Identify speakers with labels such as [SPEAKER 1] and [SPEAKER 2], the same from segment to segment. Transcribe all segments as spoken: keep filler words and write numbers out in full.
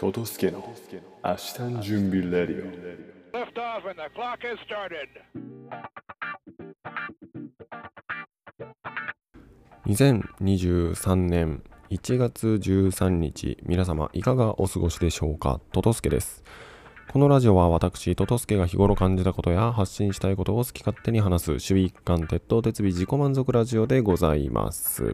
[SPEAKER 1] トトスケの明日の準備レディオ。
[SPEAKER 2] Lift off and the clock has started.
[SPEAKER 3] にせんにじゅうさんねんいちがつじゅうさんにち、皆様いかがお過ごしでしょうか。トトスケです。このラジオは私トトスケが日頃感じたことや発信したいことを好き勝手に話す守備一貫鉄頭鉄尾自己満足ラジオでございます。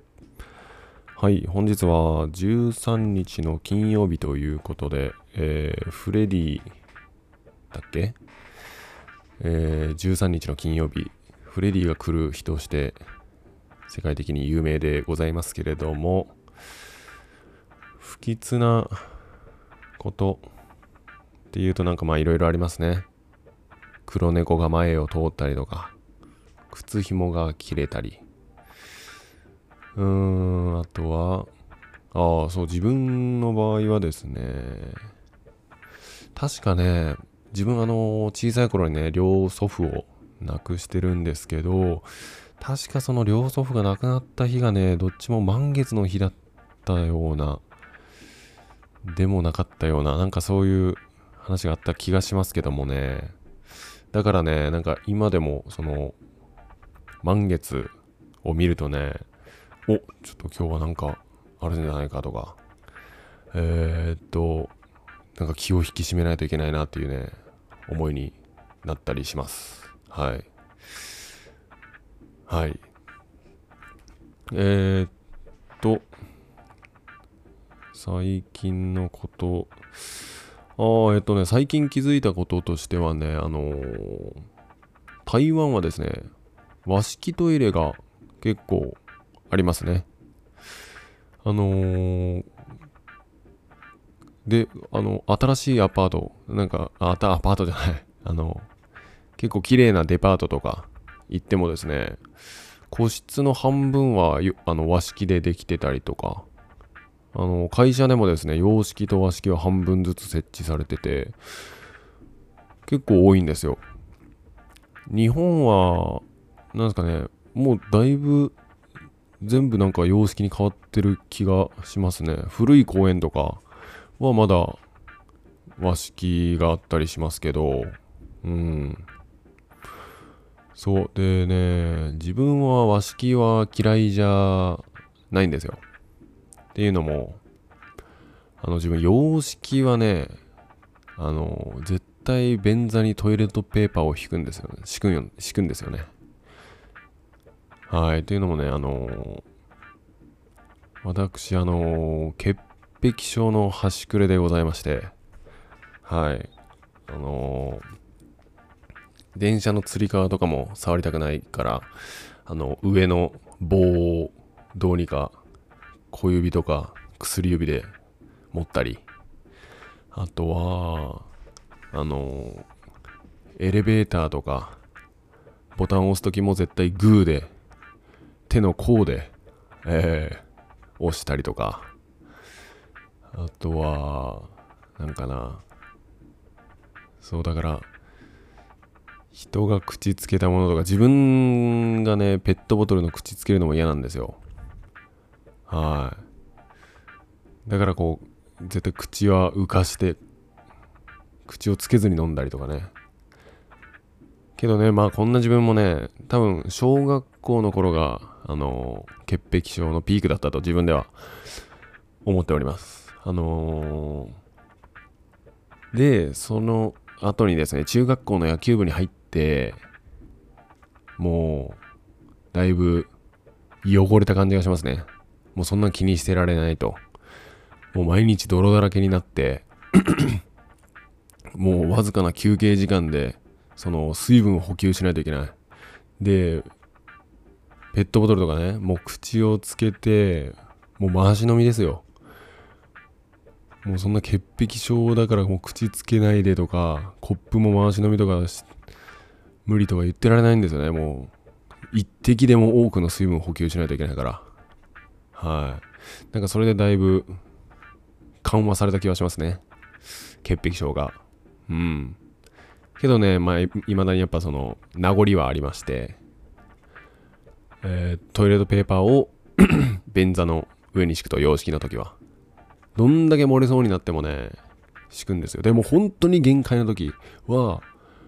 [SPEAKER 3] はい、本日はじゅうさんにちの金曜日ということで、えー、フレディだっけ、えー、じゅうさんにちの金曜日、フレディが来る日として世界的に有名でございますけれども、不吉なことっていうとなんかまあいろいろありますね。黒猫が前を通ったりとか、靴紐が切れたり、うーん、あとは、ああ、そう、自分の場合はですね、確かね、自分あの、小さい頃にね、両祖父を亡くしてるんですけど、確かその両祖父が亡くなった日がね、どっちも満月の日だったような、でもなかったような、なんかそういう話があった気がしますけどもね。だからね、なんか今でもその、満月を見るとね、お、ちょっと今日はなんかあるんじゃないかとか、えー、っと、なんか気を引き締めないといけないなっていうね、思いになったりします。はい。はい。えー、っと、最近のこと、ああ、えっとね、最近気づいたこととしてはね、あのー、台湾はですね、和式トイレが結構ありますね。あのー、で、あの、新しいアパート、なんか、あた、アパートじゃない、あの、結構綺麗なデパートとか行ってもですね、個室の半分はあの和式でできてたりとか、あの、会社でもですね、洋式と和式は半分ずつ設置されてて、結構多いんですよ。日本は、なんですかね、もうだいぶ、全部なんか様式に変わってる気がしますね。古い公園とかはまだ和式があったりしますけど、うん。そうでね、自分は和式は嫌いじゃないんですよ。っていうのも、あの自分洋式はね、あの絶対便座にトイレットペーパーを引くんですよね。敷くんよ、敷くんですよね。はい。っていうのもね、あのー、私、あのー、潔癖症の端くれでございまして、はい。あのー、電車のつり革とかも触りたくないから、あの、上の棒をどうにか小指とか薬指で持ったり、あとは、あのー、エレベーターとか、ボタンを押すときも絶対グーで、手の甲で、えー、押したりとか、あとは、なんかな、そうだから、人が口つけたものとか、自分がね、ペットボトルの口つけるのも嫌なんですよ。はい。だからこう、絶対口は浮かして、口をつけずに飲んだりとかね。けどね、まあこんな自分もね、多分小学校の頃が、あのー、潔癖症のピークだったと自分では思っております。あのー、で、その後にですね、中学校の野球部に入って、もう、だいぶ汚れた感じがしますね。もうそんな気にしてられないと。もう毎日泥だらけになって、もうわずかな休憩時間で、その水分を補給しないといけない。で、ペットボトルとかね、もう口をつけて、もう回し飲みですよ。もうそんな潔癖症だからもう口つけないでとか、コップも回し飲みとか無理とか言ってられないんですよね。もう一滴でも多くの水分を補給しないといけないから。はい。なんかそれでだいぶ緩和された気はしますね。潔癖症が。うん。けどね、まあ、未だにやっぱその名残はありまして、えー、トイレットペーパーを便座の上に敷くと、洋式の時はどんだけ漏れそうになってもね、 敷くんですよ。でも本当に限界の時は、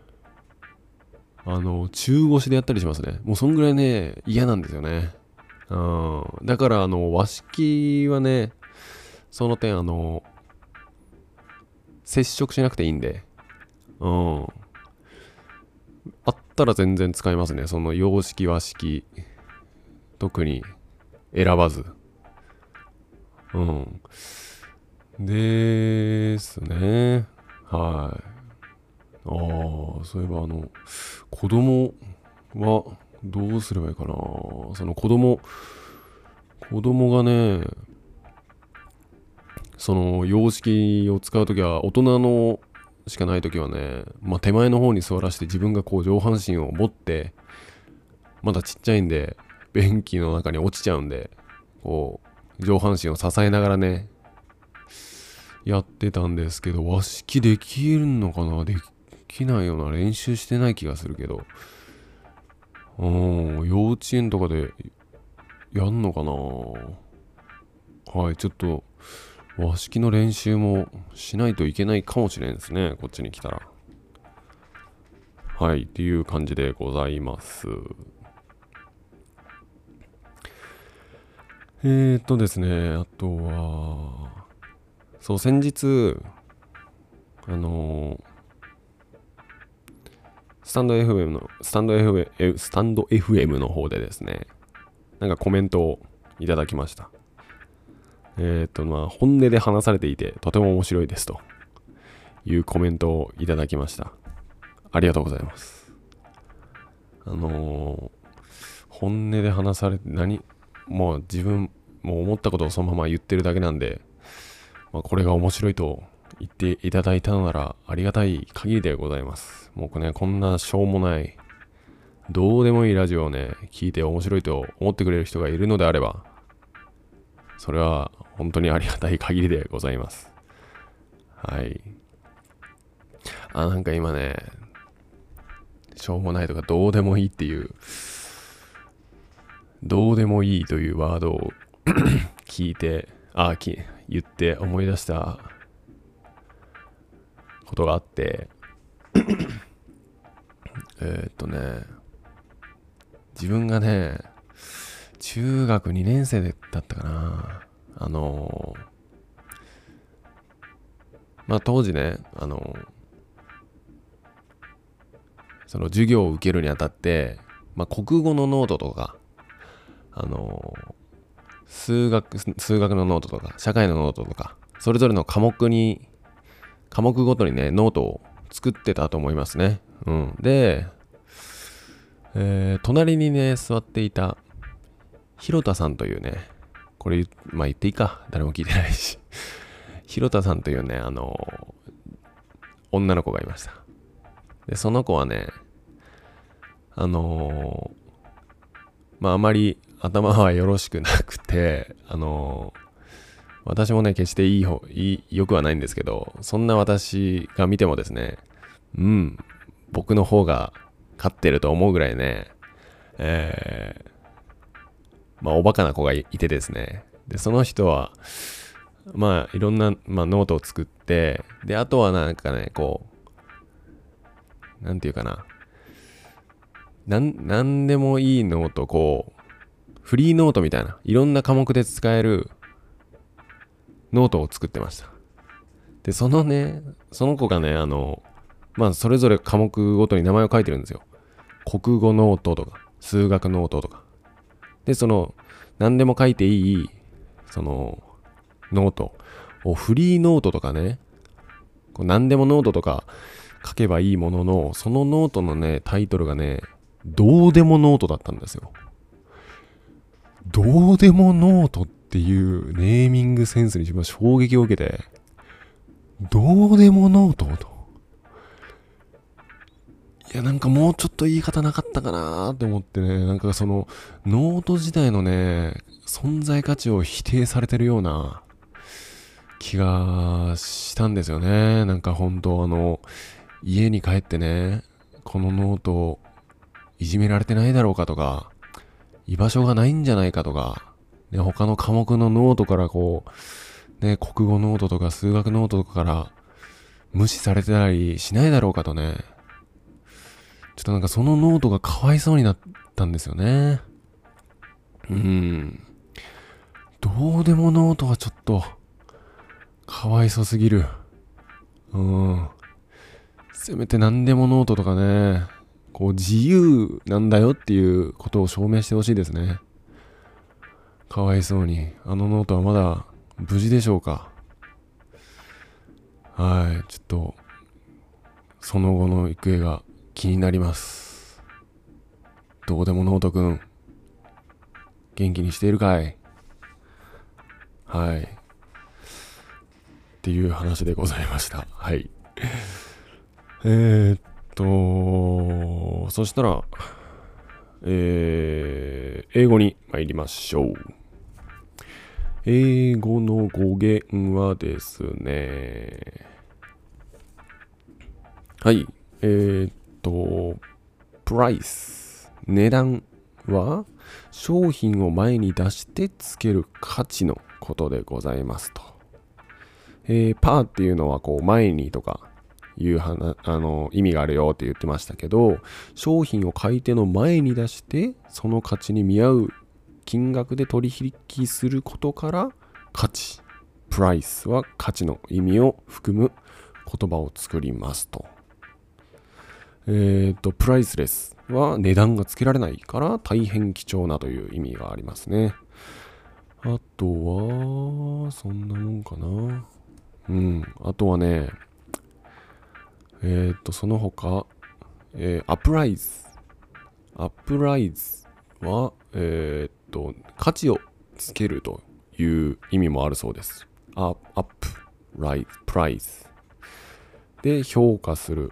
[SPEAKER 3] あの、中腰でやったりしますね。もうそんぐらいね、嫌なんですよね。うん。だから、あの、和式はね、その点、あの、接触しなくていいんで、うん。あったら全然使いますね。その洋式和式特に選ばず、うんですね。はい。ああ、そういえばあの子供はどうすればいいかな。その子供子供がね、その洋式を使うときは大人のしかないときはね、まあ、手前の方に座らせて自分がこう上半身を持って、まだちっちゃいんで便器の中に落ちちゃうんで、こう上半身を支えながらねやってたんですけど、和式できるのかな、できないような、練習してない気がするけど、うん、幼稚園とかでやんのかな。はい、ちょっと和式の練習もしないといけないかもしれんですね、こっちに来たら。はい、っていう感じでございます。えーっとですね、あとは、そう、先日、あのー、スタンド エフエム の、スタンド エフエム、スタンド エフエム の方でですね、なんかコメントをいただきました。えーっと、まあ、本音で話されていて、とても面白いですというコメントをいただきました。ありがとうございます。あのー、本音で話されて、何もう自分、もう思ったことをそのまま言ってるだけなんで、まあ、これが面白いと言っていただいたのならありがたい限りでございます。もうね、こんなしょうもない、どうでもいいラジオをね、聞いて面白いと思ってくれる人がいるのであれば、それは本当にありがたい限りでございます。はい。あ、なんか今ね、しょうもないとかどうでもいいっていう、どうでもいいというワードを聞いて、あ、き言って思い出したことがあってえーっとね、自分がね、中学にねん生だったかな。あのー、まあ当時ね、あのー、その授業を受けるにあたって、まあ国語のノートとか、あのー、数学、数学のノートとか、社会のノートとか、それぞれの科目に、科目ごとにね、ノートを作ってたと思いますね。うん。で、えー、隣にね、座っていた、広田さんというね、これ、まあ言っていいか、誰も聞いてないし。広田さんというね、あのー、女の子がいました。で、その子はね、あのー、まああまり頭はよろしくなくて、あのー、私もね、決していい方、いい、良くはないんですけど、そんな私が見てもですね、うん、僕の方が勝ってると思うぐらいね、えー、まあ、おバカな子が い, いてですね、で、その人は、まあ、いろんな、まあ、ノートを作って、で、あとはなんかね、こう、なんていうかな、なん、なんでもいいノート、こう、フリーノートみたいな、いろんな科目で使えるノートを作ってました。で、そのね、その子がね、あの、まあ、それぞれ科目ごとに名前を書いてるんですよ。国語ノートとか、数学ノートとか。で、その、何でも書いていい、その、ノートをフリーノートとかね、こう何でもノートとか書けばいいものの、そのノートのね、タイトルがね、どうでもノートだったんですよ。どうでもノートっていうネーミングセンスに自分は衝撃を受けて、どうでもノートと。いや、なんかもうちょっと言い方なかったかなーって思ってね、なんかそのノート自体のね、存在価値を否定されてるような気がしたんですよね。なんか本当あの、家に帰ってね、このノートいじめられてないだろうかとか、居場所がないんじゃないかとか、ね、他の科目のノートからこう、ね、国語ノートとか数学ノートとかから無視されてたりしないだろうかとね、ちょっとなんかそのノートがかわいそうになったんですよね。うん。どうでもノートはちょっと、かわいそうすぎる。うん。せめて何でもノートとかね、こう自由なんだよっていうことを証明してほしいですね。かわいそうに。あのノートはまだ無事でしょうか。はい。ちょっと、その後の行方が気になります。どうでもノートくん、元気にしているかい？はい。っていう話でございました。はい。えーっと、そしたら、えー、英語に参りましょう。英語の語源はですね、はい、えーっと、プライス、値段は商品を前に出してつける価値のことでございますと。えー、パーっていうのはこう前にとかいうはあの意味があるよって言ってましたけど、商品を買い手の前に出してその価値に見合う金額で取引することから価値、プライスは価値の意味を含む言葉を作りますと。えっとプライスレスは値段がつけられないから大変貴重なという意味がありますね。あとはそんなもんかな。うん、あとはね、えっと、その他、えー、アプライズ。アプライズは、えっと、価値をつけるという意味もあるそうです。アップ、ライズ、プライズ。で、評価する。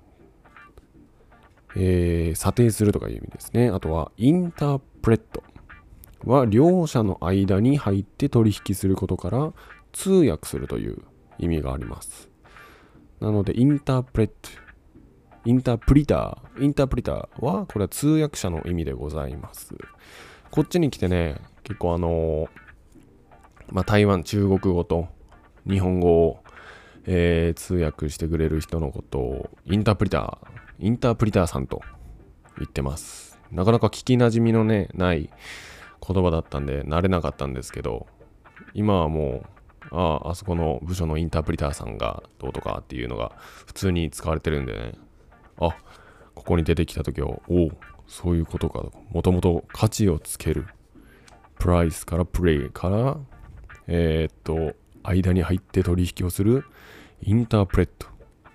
[SPEAKER 3] えー、査定するとかいう意味ですね。あとは、インタープレットは、両者の間に入って取引することから、通訳するという意味があります。なので、インタープレット、インタープリター、インタープリターは、これは通訳者の意味でございます。こっちに来てね、結構あのー、まあ、台湾、中国語と日本語を、えー、通訳してくれる人のことを、インタープリター、インタープリターさんと言ってます。なかなか聞き馴染みのね、ない言葉だったんで、慣れなかったんですけど、今はもう、ああ、あそこの部署のインタープリターさんがどうとかっていうのが普通に使われてるんでね。あ、ここに出てきたときは、おお、そういうことか。もともと価値をつける。プライスからプレイから、えー、っと、間に入って取引をするインタープレット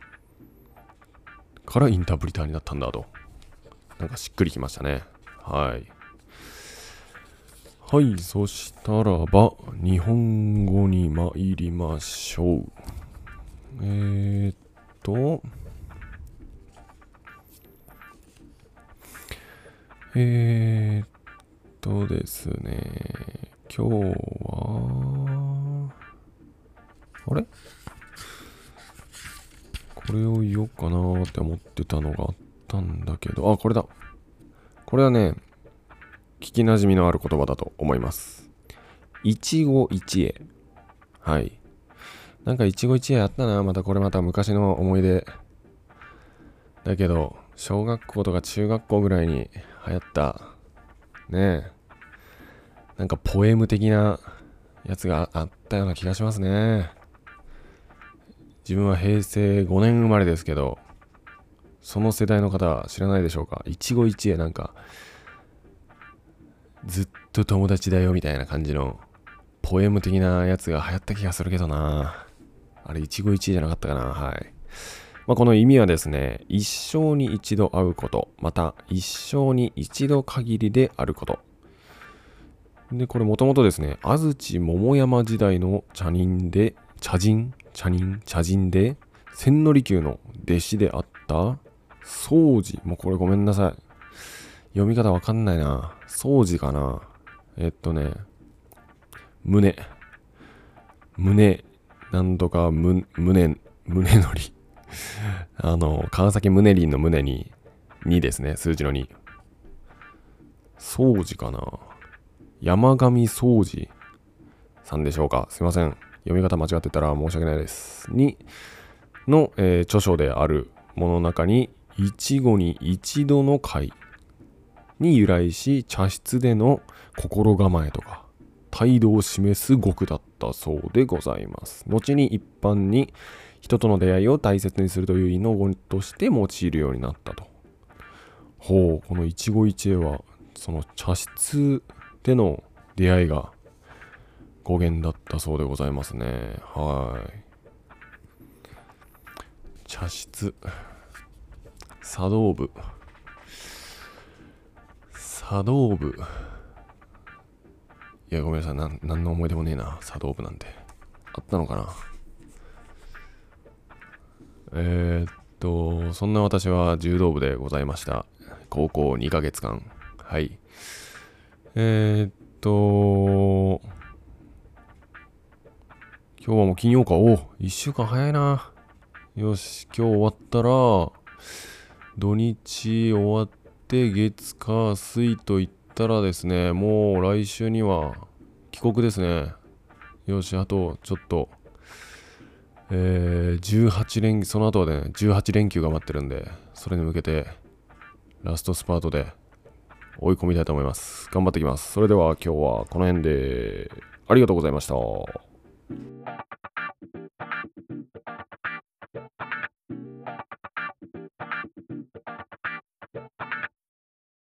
[SPEAKER 3] からインタープリターになったんだと。なんかしっくりきましたね。はい。はい、そしたらば、日本語に参りましょう。えー、っと、えー、っとですね、今日は、あれこれを言おうかなって思ってたのがあったんだけど、あ、これだ。これはね、聞き馴染みのある言葉だと思います。一期一会。はい。なんか一期一会あったな。またこれまた昔の思い出。だけど、小学校とか中学校ぐらいに流行った、ねえ。なんかポエム的なやつがあったような気がしますね。自分は平成ごねん生まれですけど、その世代の方は知らないでしょうか。一期一会なんか、ずっと友達だよみたいな感じのポエム的なやつが流行った気がするけどな。あれ一期一会じゃなかったかな。はい。まあ、この意味はですね、一生に一度会うこと、また一生に一度限りであること。で、これもともとですね、安土桃山時代の茶人で、茶人茶人茶人で、千利休の弟子であった宗次。もうこれごめんなさい。読み方わかんないな。宗次かな。えっとね、胸。胸、なんとかむ、胸、胸のり。あの、川崎宗林の胸に、にですね、数字のに。宗次かな。山上宗次さんでしょうか。すいません。読み方間違ってたら申し訳ないです。に、 の、えー著書であるものの中に、一期に一度の会に由来し、茶室での心構えとか態度を示す語句だったそうでございます。後に一般に人との出会いを大切にするという意の語として用いるようになったと。ほう、この一期一会はその茶室での出会いが語源だったそうでございますね。はい。茶室、茶道部、茶道部。いや、ごめんなさい。なん、なんの思い出もねえな。茶道部なんて。あったのかな。えー、っと、そんな私は柔道部でございました。高校にかげつかん。はい。えー、っと、今日はもう金曜か。おう、いっしゅうかん早いな。よし、今日終わったら、土日終わって月火水といったらですね、もう来週には帰国ですね。よし、あとちょっと、えー、じゅうはち連、その後はね、じゅうはち連休が待ってるんで、それに向けてラストスパートで追い込みたいと思います。頑張ってきます。それでは今日はこの辺で、ありがとうございました。